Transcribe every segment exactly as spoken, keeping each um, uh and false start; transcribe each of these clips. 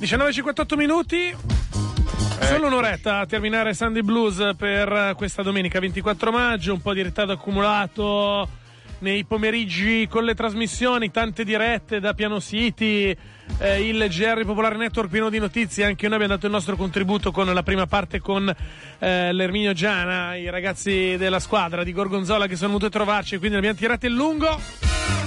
diciannove e cinquantotto minuti. Solo un'oretta a terminare Sunday Blues per questa domenica ventiquattro maggio. Un po' di ritardo accumulato nei pomeriggi con le trasmissioni, tante dirette da Piano City, eh, il G R Popolare Network pieno di notizie. Anche noi abbiamo dato il nostro contributo con la prima parte con eh, l'Erminio Giana, i ragazzi della squadra di Gorgonzola che sono venuti a trovarci, quindi abbiamo tirato il lungo.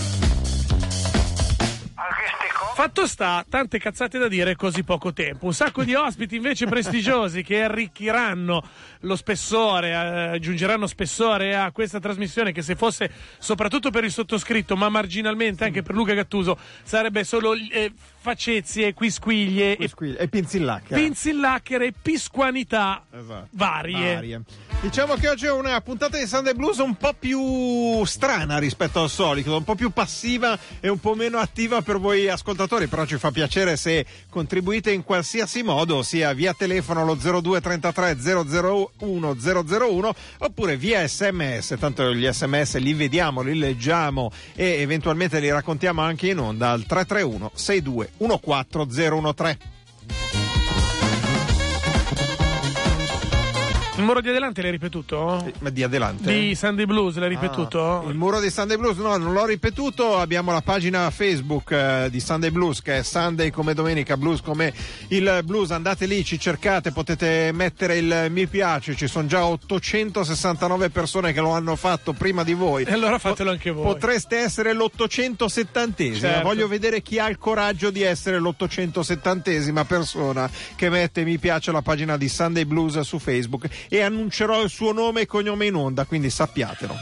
Fatto sta, tante cazzate da dire, così poco tempo. Un sacco di ospiti invece prestigiosi che arricchiranno lo spessore, eh, aggiungeranno spessore a questa trasmissione che, se fosse soprattutto per il sottoscritto, ma marginalmente anche per Luca Gattuso, sarebbe solo eh, facezie, quisquiglie Quisquiglie, e, e pinzillacchere. Pinzillacchere e pisquanità esatto. varie. varie. Diciamo che oggi è una puntata di Sunday Blues un po' più strana rispetto al solito, un po' più passiva e un po' meno attiva per voi ascoltatori, però ci fa piacere se contribuite in qualsiasi modo, sia via telefono allo zero due trentatré zero zero uno zero zero uno oppure via sms, tanto gli sms li vediamo, li leggiamo e eventualmente li raccontiamo anche in onda al tre tre uno sei due uno quattro zero uno tre. Il muro di Adelante l'hai ripetuto? Ma di Adelante? Di Sunday Blues l'hai ripetuto? Ah, il muro di Sunday Blues no, non l'ho ripetuto. Abbiamo la pagina Facebook eh, di Sunday Blues, che è Sunday come domenica, Blues come il blues. Andate lì, ci cercate, potete mettere il mi piace. Ci sono già ottocentosessantanove persone che lo hanno fatto prima di voi. E allora fatelo anche voi. Potreste essere l'ottocentosettantesima. Certo. Voglio vedere chi ha il coraggio di essere l'ottocentosettantesima persona che mette mi piace alla pagina di Sunday Blues su Facebook, e annuncerò il suo nome e cognome in onda, quindi sappiatelo.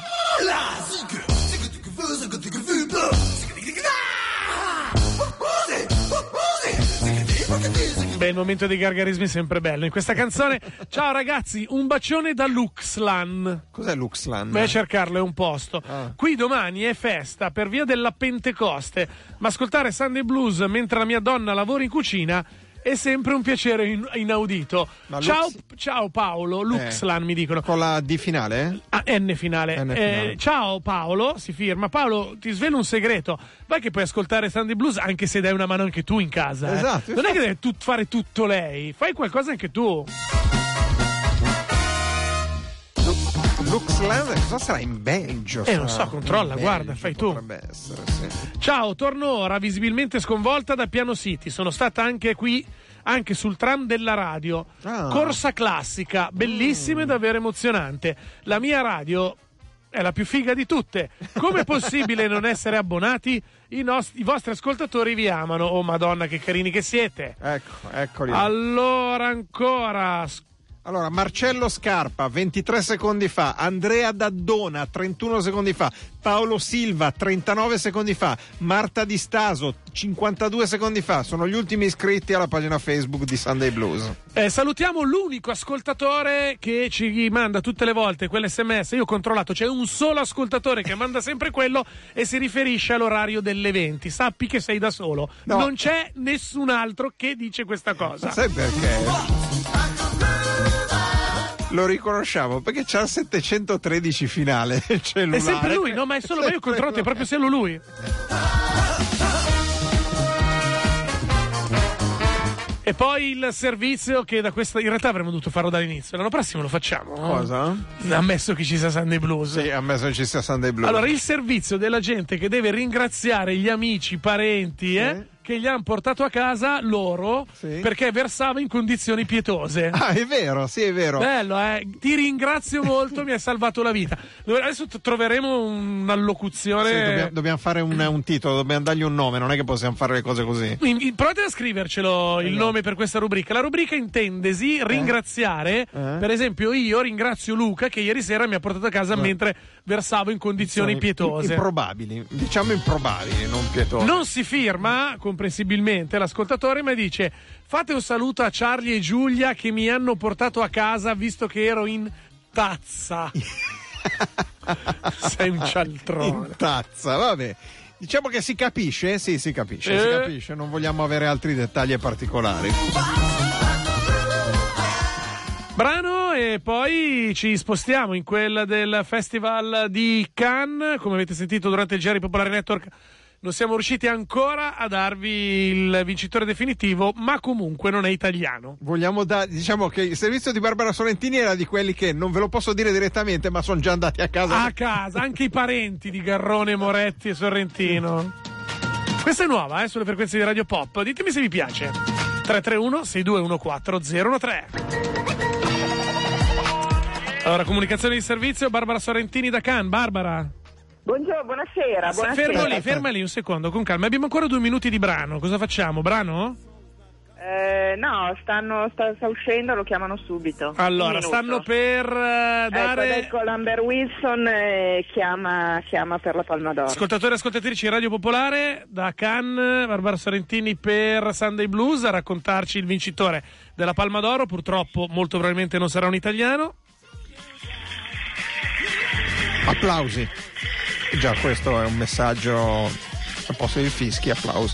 Beh, il momento dei gargarismi è sempre bello in questa canzone. Ciao ragazzi, un bacione da Luxlan. Cos'è Luxlan? Vai a cercarlo, è un posto. Ah. Qui domani è festa per via della Pentecoste, ma ascoltare Sunday Blues mentre la mia donna lavora in cucina è sempre un piacere in- inaudito. Ma Ciao, Lux... ciao Paolo, Luxlan eh, mi dicono. Con la D finale? Ah, N finale. N Eh, finale. ciao Paolo, si firma. Paolo, ti svelo un segreto. Vai che puoi ascoltare Sunday Blues anche se dai una mano anche tu in casa. eh. Esatto. Non è che devi tut- fare tutto lei, fai qualcosa anche tu. Luxlan, cosa sarà in Belgio? Eh, non so, sarà? controlla, In guarda, Belgio fai tu. Potrebbe essere, sì. Ciao, torno ora, visibilmente sconvolta da Piano City. Sono stata anche qui, anche sul tram della radio. Ah. Corsa classica, bellissima mm. e davvero emozionante. La mia radio è la più figa di tutte. Come è possibile non essere abbonati? I, nostri, I vostri ascoltatori vi amano. Oh madonna, che carini che siete. Ecco, eccoli. Allora ancora... Allora, Marcello Scarpa, ventitré secondi fa, Andrea Daddona, trentuno secondi fa, Paolo Silva, trentanove secondi fa, Marta Di Staso, cinquantadue secondi fa. Sono gli ultimi iscritti alla pagina Facebook di Sunday Blues. Eh, salutiamo l'unico ascoltatore che ci manda tutte le volte quell'sms. Io ho controllato, c'è un solo ascoltatore che manda sempre quello e si riferisce all'orario delle venti. Sappi che sei da solo. No. Non c'è nessun altro che dice questa cosa. Sai perché? Lo riconosciamo perché c'ha il settecentotredici finale il cellulare. È sempre lui, no? Ma è solo, ma io ho controllato, è proprio solo lui. E poi il servizio che da questa, in realtà avremmo dovuto farlo dall'inizio. L'anno prossimo lo facciamo. Cosa? Ammesso che ci sia Sunday Blues. Sì, ammesso che ci sia Sunday Blues. Allora, il servizio della gente che deve ringraziare gli amici, i parenti, eh? Sì. Che gli hanno portato a casa loro, sì, perché versava in condizioni pietose. Ah, è vero, sì, è vero. Bello, eh? Ti ringrazio molto, mi hai salvato la vita. Adesso t- troveremo un'allocuzione. Sì, dobbiamo, dobbiamo fare un, un titolo, dobbiamo dargli un nome, non è che possiamo fare le cose così. In, in, provate a scrivercelo il nome per questa rubrica. La rubrica intendesi ringraziare. Eh? Per esempio, io ringrazio Luca che ieri sera mi ha portato a casa eh. mentre versavo in condizioni Sono pietose. Improbabili, diciamo improbabili, non pietose. Non si firma, comprensibilmente, l'ascoltatore, ma dice: fate un saluto a Charlie e Giulia che mi hanno portato a casa visto che ero in tazza. Sei un cialtrone. In tazza, vabbè. Diciamo che si capisce, sì, si capisce, eh. si capisce, non vogliamo avere altri dettagli particolari. Brano e poi ci spostiamo in quella del Festival di Cannes. Come avete sentito durante il G R Popolare Network, non siamo riusciti ancora a darvi il vincitore definitivo, ma comunque non è italiano. Vogliamo da- diciamo che il servizio di Barbara Sorrentini era di quelli che non ve lo posso dire direttamente, ma sono già andati a casa. A casa, anche i parenti di Garrone, Moretti e Sorrentino. Questa è nuova, eh, sulle frequenze di Radio Pop. Ditemi se vi piace. tre tre uno sei due uno quattro zero uno tre. Allora, comunicazione di servizio, Barbara Sorrentini da Cannes. Barbara. Buongiorno, buonasera, buonasera. Fermo lì, ferma lì un secondo, con calma. Abbiamo ancora due minuti di brano. Cosa facciamo? Brano? Eh, no, stanno, sta, sta uscendo, lo chiamano subito. Allora, stanno per uh, dare... Ecco, ecco, Lambert Wilson eh, chiama, chiama per la Palma d'Oro. Ascoltatori e ascoltatrici di Radio Popolare, da Cannes, Barbara Sorrentini per Sunday Blues, a raccontarci il vincitore della Palma d'Oro. Purtroppo, molto probabilmente non sarà un italiano. Applausi. Già questo è un messaggio a posto di fischi, applausi.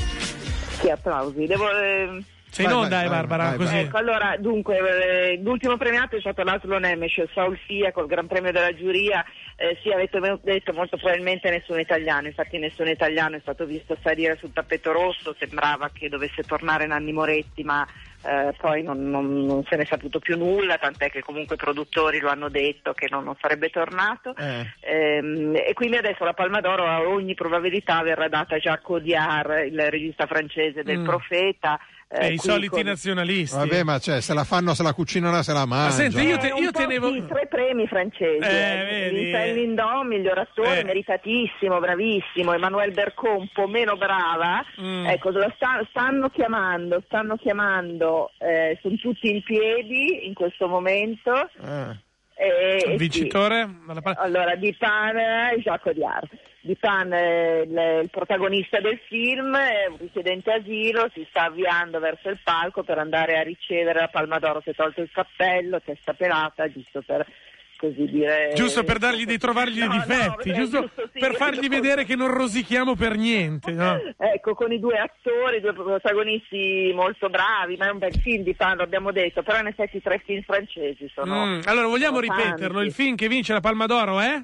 Sì, applausi. Devo... Eh... Sei in onda, eh, Barbara, vai, così. Ecco, allora, dunque, eh, l'ultimo premiato è stato Laszlo Nemes, Saul Sia, col Gran Premio della giuria. Eh, sì, avete detto molto probabilmente nessun italiano, infatti nessun italiano è stato visto salire sul tappeto rosso, sembrava che dovesse tornare Nanni Moretti, ma eh, poi non, non, non se ne è saputo più nulla, tant'è che comunque i produttori lo hanno detto che non, non sarebbe tornato. Eh. Ehm, e quindi adesso la Palma d'Oro a ogni probabilità verrà data a Jacques Audiard, il regista francese del Mm. Profeta. E Eh, i qui soliti con... nazionalisti. Vabbè, ma cioè, se la fanno, se la cucinano, se la mangiano. senti, io te- Eh, un po' tenevo- sì, tre premi francesi. Eh, vedi? Vincent Lindon, miglior attore, Eh. meritatissimo, bravissimo. Emmanuel Bercon, un po' meno brava. Mm. Ecco, lo sta- stanno chiamando, stanno chiamando, eh, sono tutti in piedi in questo momento. Eh. Eh, Il sì. vincitore? Dalla pa- Allora, Dipan e Jacques Audiard. Dipan è il, il protagonista del film, è un richiedente asilo, si sta avviando verso il palco per andare a ricevere la Palma d'Oro, si è tolto il cappello, testa pelata, giusto per così dire... Giusto per dargli dei trovargli No, dei no, difetti, beh, giusto, giusto, sì, per fargli giusto. vedere che non rosichiamo per niente, no? Ecco, con i due attori, due protagonisti molto bravi, ma è un bel film di Pan, lo abbiamo detto, però in effetti tre film francesi sono... Mm, Allora, vogliamo sono ripeterlo? tanti. Il film che vince la Palma d'Oro è?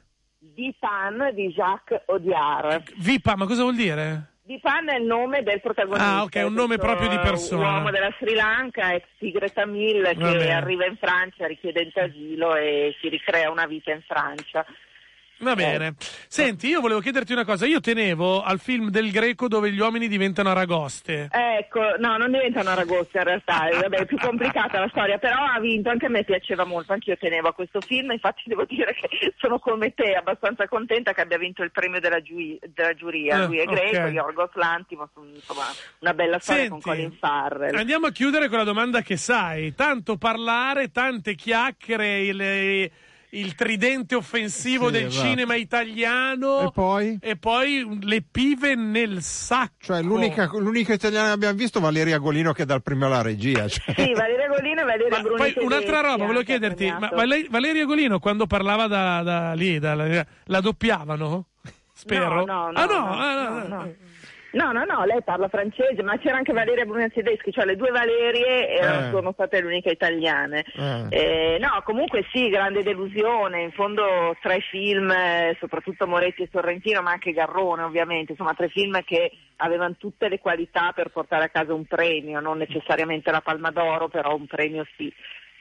Dipan di Jacques Audiard. Vipa, ma cosa vuol dire? Dipan è il nome del protagonista. Ah, ok, un nome questo proprio di persona. Uomo della Sri Lanka, ex Tigre Tamil, che Va bene. arriva in Francia richiedente asilo e si ricrea una vita in Francia. Va bene. Senti, io volevo chiederti una cosa. Io tenevo al film del Greco dove gli uomini diventano aragoste. Ecco, no, non diventano aragoste in realtà, è, vabbè, è più complicata la storia, però ha vinto, anche a me piaceva molto, anche io tenevo a questo film, infatti devo dire che sono come te, abbastanza contenta che abbia vinto il premio della, giu- della giuria. Eh, Lui è greco, ok. Yorgos Lanthimos, insomma, una bella storia con Senti, Colin Farrell. andiamo a chiudere con la domanda che sai. Tanto parlare, tante chiacchiere, il, il tridente offensivo Sì, del esatto. cinema italiano. E poi? E poi le pive nel sacco. Cioè, l'unica, l'unica italiana che abbiamo visto, Valeria Golino, che dà il premio alla regia. Cioè. Sì, Valeria Golino e Valeria Ma Bruni poi Tedeschi un'altra roba, volevo anche ha chiederti, ma premiato. Vale- Valeria Golino quando parlava da, da lì, da, la doppiavano? Spero. No, no, no, ah, no, no, ah, no, no, no. no. No, no, no, lei parla francese, ma c'era anche Valeria Bruni Tedeschi, cioè le due Valerie erano, Eh. sono state le uniche italiane. Eh. Eh, no, comunque sì, grande delusione, in fondo tre film, eh, soprattutto Moretti e Sorrentino, ma anche Garrone ovviamente, insomma tre film che avevano tutte le qualità per portare a casa un premio, non necessariamente la Palma d'Oro, però un premio sì.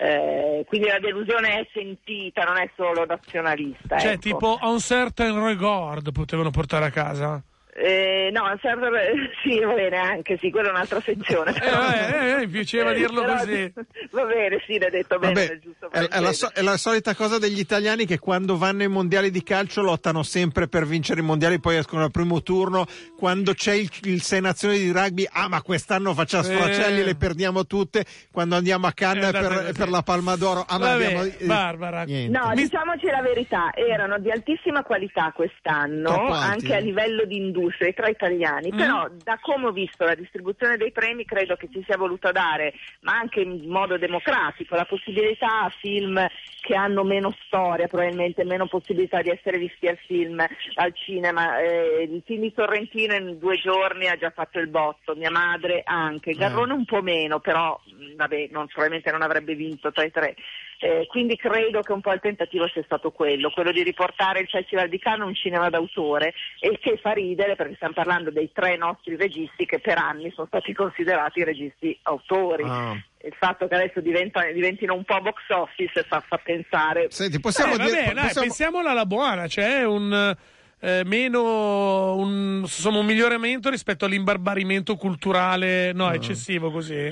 Eh, quindi la delusione è sentita, non è solo nazionalista. Cioè, ecco. tipo, a un certain regard potevano portare a casa. Eh, no, serve, sì, va bene, anche sì, quella è un'altra sezione. Eh, eh, eh, mi piaceva dirlo Però- così. Va bene, sì, l'hai detto bene, Vabbè, è giusto. è, è la so- è la solita cosa degli italiani che quando vanno ai mondiali di calcio lottano sempre per vincere i mondiali, poi escono al primo turno. Quando c'è il, il Sei Nazioni di rugby, ah, ma quest'anno facciamo sfracelli, Eh. le perdiamo tutte. Quando andiamo a Cannes È andata per, così. per la Palma d'Oro, ah, ma Vabbè, abbiamo eh, Barbara. niente. No, Mi- diciamoci la verità, erano di altissima qualità quest'anno, Troppo alti, anche eh. a livello di industria tra italiani, Mm. però da come ho visto la distribuzione dei premi credo che ci sia voluto dare, ma anche in modo democratico, la possibilità a film che hanno meno storia, probabilmente meno possibilità di essere visti al film, al cinema. Eh, il film di Sorrentino in due giorni ha già fatto il botto, Mia madre anche, Garrone un po' meno, però mh, vabbè, non, probabilmente non avrebbe vinto tra i tre. Eh, quindi credo che un po' il tentativo sia stato quello, quello di riportare il Festival di Cannes un cinema d'autore, e che fa ridere perché stiamo parlando dei tre nostri registi che per anni sono stati considerati registi autori. Ah. Il fatto che adesso diventano, diventino un po' box office fa, fa pensare. Senti, possiamo eh, dire, vabbè, dai, possiamo... pensiamola alla buona, c'è un eh, meno un, insomma, un miglioramento rispetto all'imbarbarimento culturale, no, eccessivo così.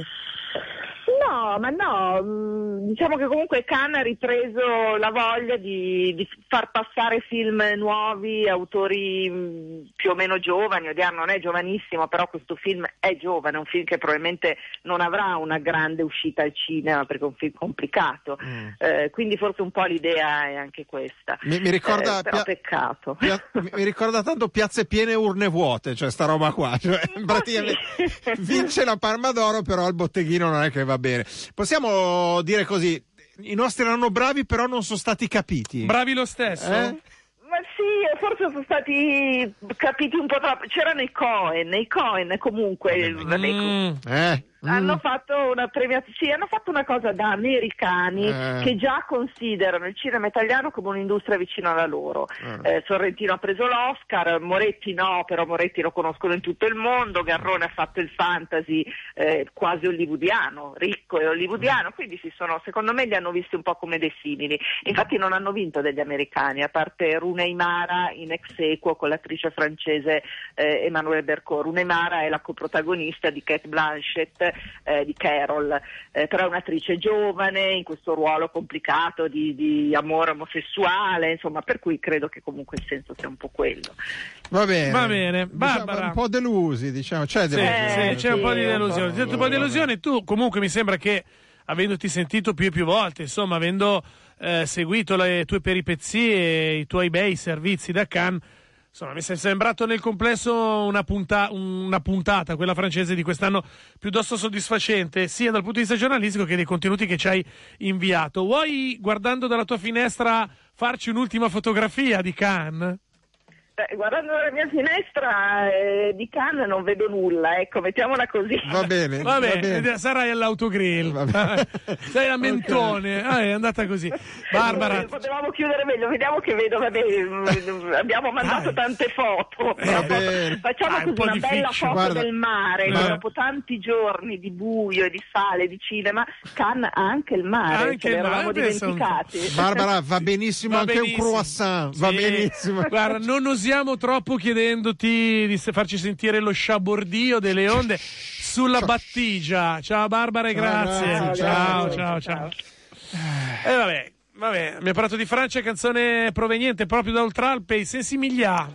No, ma no, diciamo che comunque Cannes ha ripreso la voglia di, di far passare film nuovi, autori più o meno giovani. Odiarno non è giovanissimo, però questo film è giovane, è un film che probabilmente non avrà una grande uscita al cinema perché è un film complicato, mm. eh, quindi forse un po' l'idea è anche questa. Mi, mi ricorda eh, però pia- peccato. Pia- mi ricorda tanto Piazze piene urne vuote, cioè sta roba qua, cioè, praticamente sì. Vince la Palma d'Oro, però al botteghino non è che va bene. Possiamo dire così, i nostri erano bravi però non sono stati capiti. Bravi lo stesso? Eh? Ma sì, forse sono stati capiti un po' troppo. C'erano i Coen, i Coen comunque mm. eh. hanno mm. fatto una premiazione, sì, hanno fatto una cosa da americani eh. che già considerano il cinema italiano come un'industria vicina alla loro. Eh. Eh, Sorrentino ha preso l'Oscar, Moretti no, però Moretti lo conoscono in tutto il mondo, Garrone ha fatto il fantasy eh, quasi hollywoodiano, ricco e hollywoodiano, quindi si sono, secondo me li hanno visti un po' come dei simili. Infatti non hanno vinto degli americani, a parte Rooney Mara in ex equo con l'attrice francese eh, Emmanuelle Bercot. Rooney Mara è la coprotagonista di Cate Blanchett, Eh, di Carol, eh, però è un'attrice giovane in questo ruolo complicato di, di amore omosessuale, insomma, per cui credo che comunque il senso sia un po' quello. Va bene, va bene. Barbara, diciamo, un po' delusi, diciamo, c'è, sì, eh, sì, c'è sì, un po' di delusione. Un po', un po' di delusione. Tu comunque mi sembra che, avendoti sentito più e più volte, insomma, avendo eh, seguito le tue peripezie e i tuoi bei servizi da Cannes, insomma, mi è sembrato nel complesso una, punta- una puntata, quella francese di quest'anno, piuttosto soddisfacente, sia dal punto di vista giornalistico che dei contenuti che ci hai inviato. Vuoi, guardando dalla tua finestra, farci un'ultima fotografia di Cannes? Beh, guardando dalla mia finestra eh, di Cannes non vedo nulla, ecco, mettiamola così. Va bene, va bene, va bene. Sarai all'autogrill, sei a Mentone, okay. Ah, è andata così. Barbara, eh, potevamo chiudere meglio, vediamo che vedo, vabbè, abbiamo mandato Dai. tante foto, eh, facciamo Dai, così un una bella foto Guarda. del mare, Guarda. dopo tanti giorni di buio e di sale, di cinema, Cannes ha anche il mare, anche ce l'eravamo dimenticati. Un... Barbara, va benissimo va anche benissimo. un croissant, Sì. va benissimo. Guarda, non osiamo troppo chiedendoti di farci sentire lo sciabordio delle onde sulla battigia. Ciao Barbara e Ciao, grazie. grazie. Ciao, ciao, ciao. E eh, vabbè, vabbè, abbiamo parlato di Francia, canzone proveniente proprio da Oltralpe, i Sensimiglia.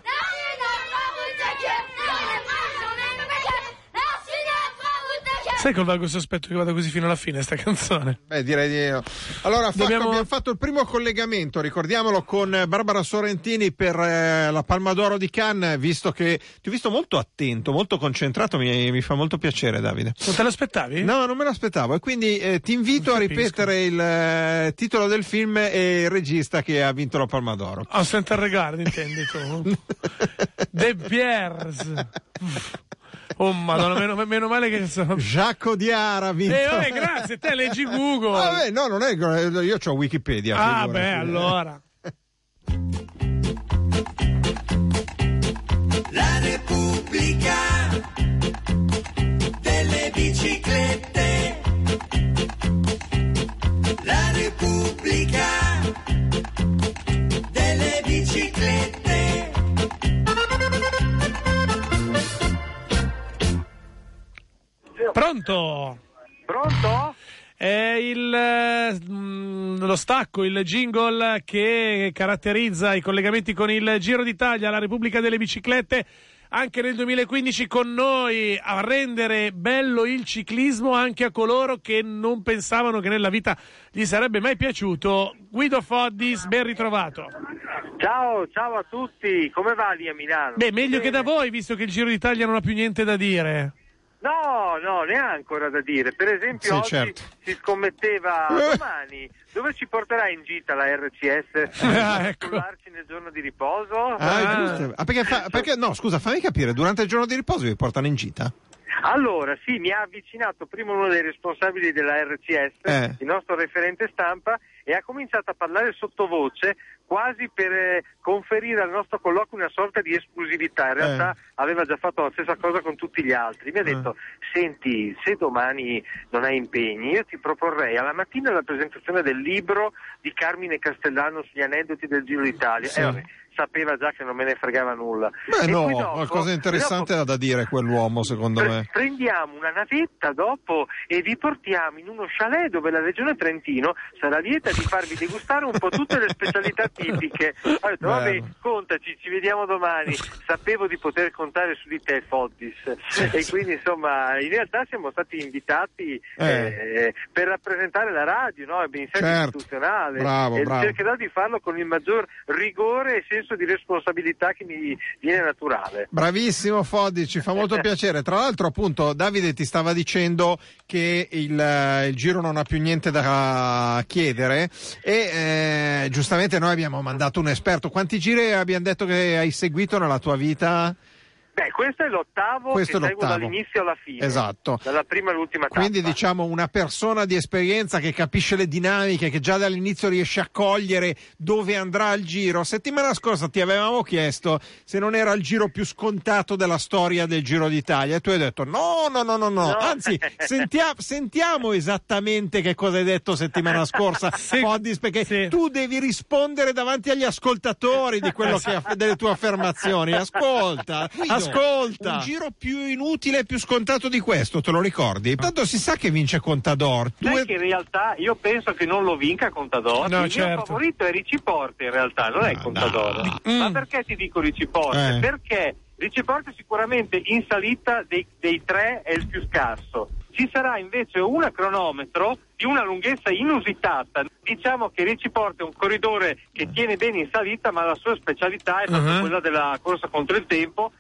Sai col vago sospetto che vada così fino alla fine sta canzone? Beh, direi di no. Allora, Facco, Dobbiamo... abbiamo fatto il primo collegamento, ricordiamolo, con Barbara Sorrentini per eh, la Palma d'Oro di Cannes, visto che ti ho visto molto attento, molto concentrato, mi, mi fa molto piacere, Davide. Non te l'aspettavi? No, non me l'aspettavo, e quindi eh, ti invito a ripetere il eh, titolo del film e il regista che ha vinto la Palma d'Oro. Oh, senza regard, intendi tu? De Biers. Oh madonna, meno, meno male che sono... Jacques Audiard ha vinto. Eh, vabbè, grazie, te leggi Google. Vabbè, no, non è... Io c'ho Wikipedia. Ah, beh, allora. La Repubblica delle biciclette. La Repubblica delle biciclette. Pronto? Pronto? È il, lo stacco, il jingle che caratterizza i collegamenti con il Giro d'Italia, la Repubblica delle Biciclette, anche nel duemilaquindici con noi a rendere bello il ciclismo anche a coloro che non pensavano che nella vita gli sarebbe mai piaciuto. Guido Foddis, ben ritrovato. Ciao, ciao a tutti, come va lì a Milano? Beh, meglio Bene. che da voi, visto che il Giro d'Italia non ha più niente da dire. No, no, ne ha ancora da dire. Per esempio, Sì, oggi certo. si scommetteva Eh. domani. Dove ci porterà in gita la R C S? Ah, ecco. Cullarci nel giorno di riposo? Ah, Ah. giusto. Ah, perché, fa, perché no, scusa, fammi capire, durante il giorno di riposo vi portano in gita? Allora, sì, mi ha avvicinato prima uno dei responsabili della R C S, Eh. il nostro referente stampa, e ha cominciato a parlare sottovoce, quasi per eh, conferire al nostro colloquio una sorta di esclusività. In realtà Eh. aveva già fatto la stessa cosa con tutti gli altri. Mi ha detto, senti, se domani non hai impegni, io ti proporrei alla mattina la presentazione del libro di Carmine Castellano sugli aneddoti del Giro d'Italia. Sì. E vabbè, sapeva già che non me ne fregava nulla. Beh, E no, poi dopo- qualcosa interessante dopo- ha da dire quell'uomo, secondo Pre- me. Prendiamo una navetta dopo e vi portiamo in uno chalet dove la regione Trentino sarà lieta di farvi degustare un po' tutte le specialità tipiche. Ho detto, vabbè, Bello. contaci, ci vediamo domani. Sapevo di poter contare su di te, Foddis. E quindi, insomma, in realtà siamo stati invitati Eh. eh, per rappresentare la radio, no? Il Ministero Certo. istituzionale. Bravo, e bravo. cercherò di farlo con il maggior rigore e senso di responsabilità che mi viene naturale. Bravissimo Foddi, ci fa molto piacere. Tra l'altro, appunto, Davide ti stava dicendo che il, eh, il Giro non ha più niente da chiedere e eh, giustamente noi abbiamo mandato un esperto. Quanti giri abbiamo detto che hai seguito nella tua vita? Beh, questo è l'ottavo Questo che è seguo l'ottavo. dall'inizio alla fine. Esatto. Dalla prima all'ultima tappa. Quindi diciamo una persona di esperienza che capisce le dinamiche, che già dall'inizio riesce a cogliere dove andrà il Giro. Settimana scorsa ti avevamo chiesto se non era il Giro più scontato della storia del Giro d'Italia e tu hai detto no, no, no, no, no. No. Anzi, sentia- sentiamo esattamente che cosa hai detto settimana scorsa, Sì. Foddis, perché Sì. tu devi rispondere davanti agli ascoltatori di quello che aff- delle tue affermazioni. Ascolta, ascolta. Un Giro più inutile e più scontato di questo, te lo ricordi? Tanto si sa che vince Contador. Tu Sai e- che in realtà io penso che non lo vinca Contador. No, il certo. mio favorito è Ricci Porte in realtà, non è Ah, Contador. dai. Ma Mm. perché ti dico Ricci Porte? Eh. Perché Ricci Porte sicuramente in salita dei, dei tre è il più scarso. Ci sarà invece una cronometro di una lunghezza inusitata. Diciamo che Ricci Porte è un corridore che tiene bene in salita, ma la sua specialità è proprio Uh-huh. quella della corsa contro il tempo.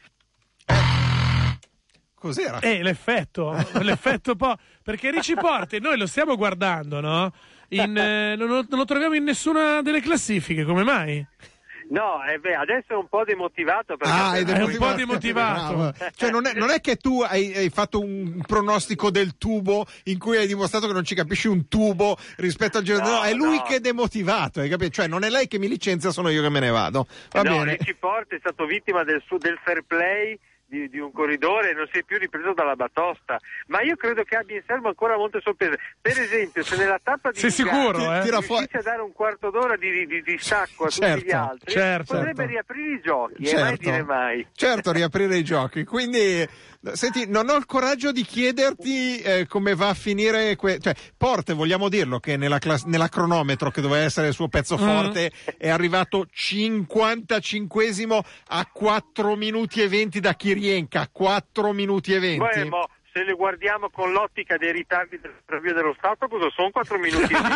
Cos'era? Eh, l'effetto, l'effetto po'. Perché Ricci Porte, noi lo stiamo guardando, no? In, eh, non, lo- non lo troviamo in nessuna delle classifiche, come mai? No, eh beh, adesso è un po' demotivato perché Ah, è È un po' demotivato. Bravo. Cioè, non è, non è che tu hai, hai fatto un pronostico del tubo in cui hai dimostrato che non ci capisci un tubo rispetto al Giro. No, No, è lui no. che è demotivato, hai capito? Cioè, non è lei che mi licenzia, sono io che me ne vado. Va no, bene. Ricci Porte è stato vittima del, su- del fair play di, di un corridore e non si è più ripreso dalla batosta. Ma io credo che abbia in serbo ancora molte sorprese. Per esempio, se nella tappa di Sei Lugano sicuro, eh? Tira riuscisse fuori- a dare un quarto d'ora di, di, di stacco a Certo, tutti gli altri, certo, potrebbe certo. riaprire i giochi e mai dire mai. Certo, riaprire i giochi. Quindi, senti, non ho il coraggio di chiederti eh, come va a finire. Que- cioè, Porte, vogliamo dirlo, che nella, clas- nella cronometro, che doveva essere il suo pezzo forte, è arrivato cinquantacinquesimo a quattro minuti e venti da Kirienka. quattro minuti e venti. Beh, mo, se le guardiamo con l'ottica dei ritardi del Ferrovia dello Stato, cosa sono quattro minuti e venti?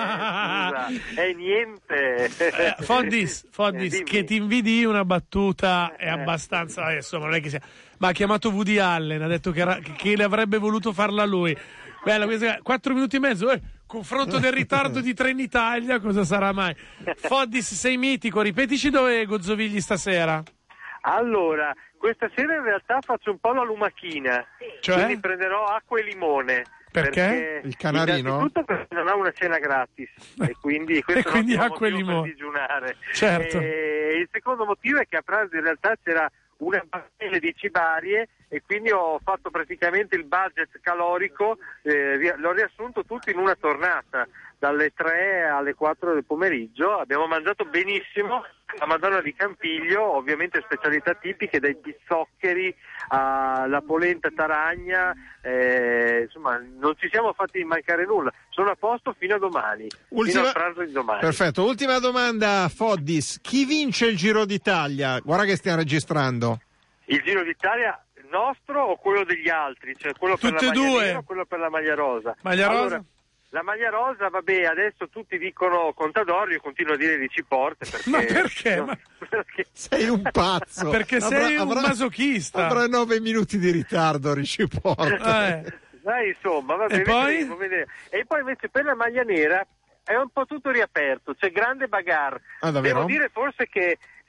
Eh, scusa, è niente. Eh, Foddis, Foddis, Eh, dimmi. che ti invidi una battuta è abbastanza, eh, insomma, non è che sia. Ma ha chiamato Woody Allen, ha detto che, era- che le avrebbe voluto farla lui. Bella, questa, quattro minuti e mezzo, eh, confronto del ritardo di Trenitalia, cosa sarà mai? Foddis, sei mitico, ripetici dove è Gozzovigli stasera. Allora, questa sera in realtà faccio un po' la lumachina, Cioè? quindi prenderò acqua e limone. Perché? Il canarino? Innanzitutto perché non ha una cena gratis e quindi questo E quindi è un ottimo acqua e motivo limone. per digiunare. Certo. E il secondo motivo è che a pranzo in realtà c'era una battaglia di cibarie e quindi ho fatto praticamente il budget calorico, eh, ri- l'ho riassunto tutto in una tornata, dalle tre alle quattro del pomeriggio. Abbiamo mangiato benissimo la Madonna di Campiglio, ovviamente specialità tipiche, dai pizzoccheri alla polenta taragna, eh, insomma non ci siamo fatti mancare nulla. Sono a posto fino a domani, fino al pranzo di domani. Perfetto, ultima domanda, Foddis. Chi vince il Giro d'Italia? Guarda che stiamo registrando. Il Giro d'Italia nostro o quello degli altri? Cioè quello per Tutte la e maglia due. nera o quello per la maglia rosa? Maglia rosa? Allora, la maglia rosa, vabbè, adesso tutti dicono Contador, io continuo a dire Ricci Porte perché... Ma perché? no, Ma- perché- Sei un pazzo. Perché sei un masochista. Avrà nove minuti di ritardo, Ricci Porte. Eh. Dai, insomma, vabbè, E poi? vedremo, vedremo. E poi invece per la maglia nera è un po' tutto riaperto, c'è grande bagarre. Ah, davvero? Devo dire forse che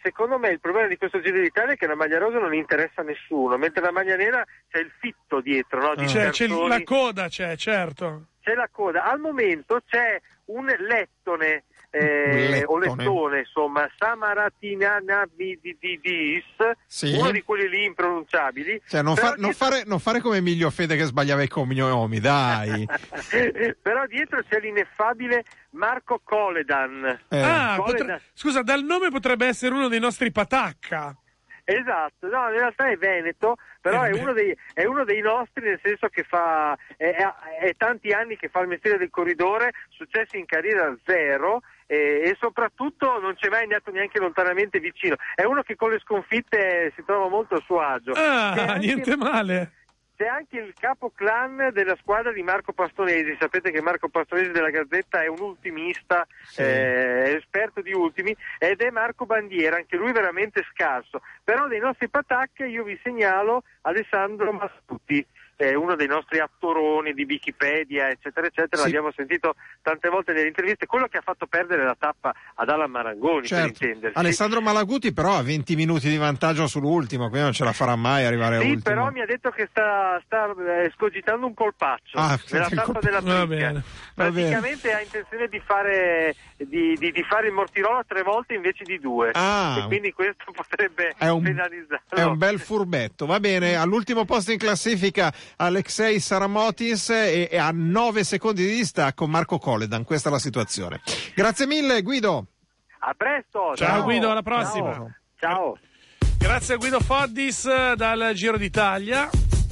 secondo me il problema di questo Giro d'Italia è che la maglia rosa non interessa a nessuno, mentre la maglia nera c'è il fitto dietro, no? Di C'è, c'è persone. la coda, c'è, certo. C'è la coda. Al momento c'è un lettone, eh, o lettone, insomma, Samaratinanabidis, sì. uno di quelli lì impronunciabili. Cioè, non, Però fa, non, dietro... fare, non fare come Emilio Fede che sbagliava i cognomi, dai. Però dietro c'è l'ineffabile Marco Coledan. Eh. Ah, Coledan. potre... scusa, dal nome potrebbe essere uno dei nostri Patacca. Esatto, no, in realtà è veneto, però Eh, è uno dei, è uno dei nostri, nel senso che fa è, è, è tanti anni che fa il mestiere del corridore, successi in carriera zero, e, e soprattutto non c'è mai andato neanche lontanamente vicino. È uno che con le sconfitte si trova molto a suo agio. Ah, C'è anche- niente male. C'è anche il capo clan della squadra di Marco Pastonesi. Sapete che Marco Pastonesi della Gazzetta è un ultimista, Sì. eh, esperto di ultimi, ed è Marco Bandiera, anche lui veramente scarso. Però dei nostri patacche io vi segnalo Alessandro Massuti, è uno dei nostri attoroni di Wikipedia, eccetera, eccetera. Sì. L'abbiamo sentito tante volte nelle interviste, quello che ha fatto perdere la tappa ad Alan Marangoni, per Certo. intendersi. Alessandro Malaguti però ha venti minuti di vantaggio sull'ultimo, quindi non ce la farà mai arrivare Sì, ultimo. però mi ha detto che sta, sta eh, scogitando un colpaccio Ah, nella il tappa colp- della Va Bricca. bene, va bene. Praticamente ha intenzione di fare di, di, di fare il mortirolo tre volte invece di due, Ah. e quindi questo potrebbe È un, penalizzarlo. è un bel furbetto, va bene. All'ultimo posto in classifica Alexei Saramotis e, e a nove secondi di distacco Marco Coledan. Questa è la situazione. Grazie mille Guido. A presto. Ciao, Guido, alla prossima. Ciao. Ciao. Grazie a Guido Foddis dal Giro d'Italia.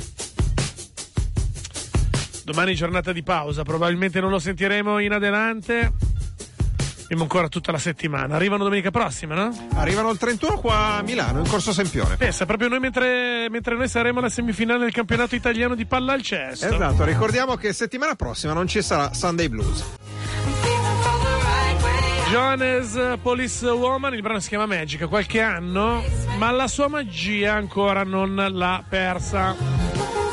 Domani giornata di pausa, probabilmente non lo sentiremo in adelante. Abbiamo ancora tutta la settimana. Arrivano domenica prossima, no? Arrivano il trentuno qua a Milano, in Corso Sempione. Pensa, proprio noi mentre, mentre noi saremo alla semifinale del campionato italiano di palla al cesto. Esatto, ricordiamo che settimana prossima non ci sarà Sunday Blues. Jones Police Woman, il brano si chiama Magic, qualche anno, ma la sua magia ancora non l'ha persa.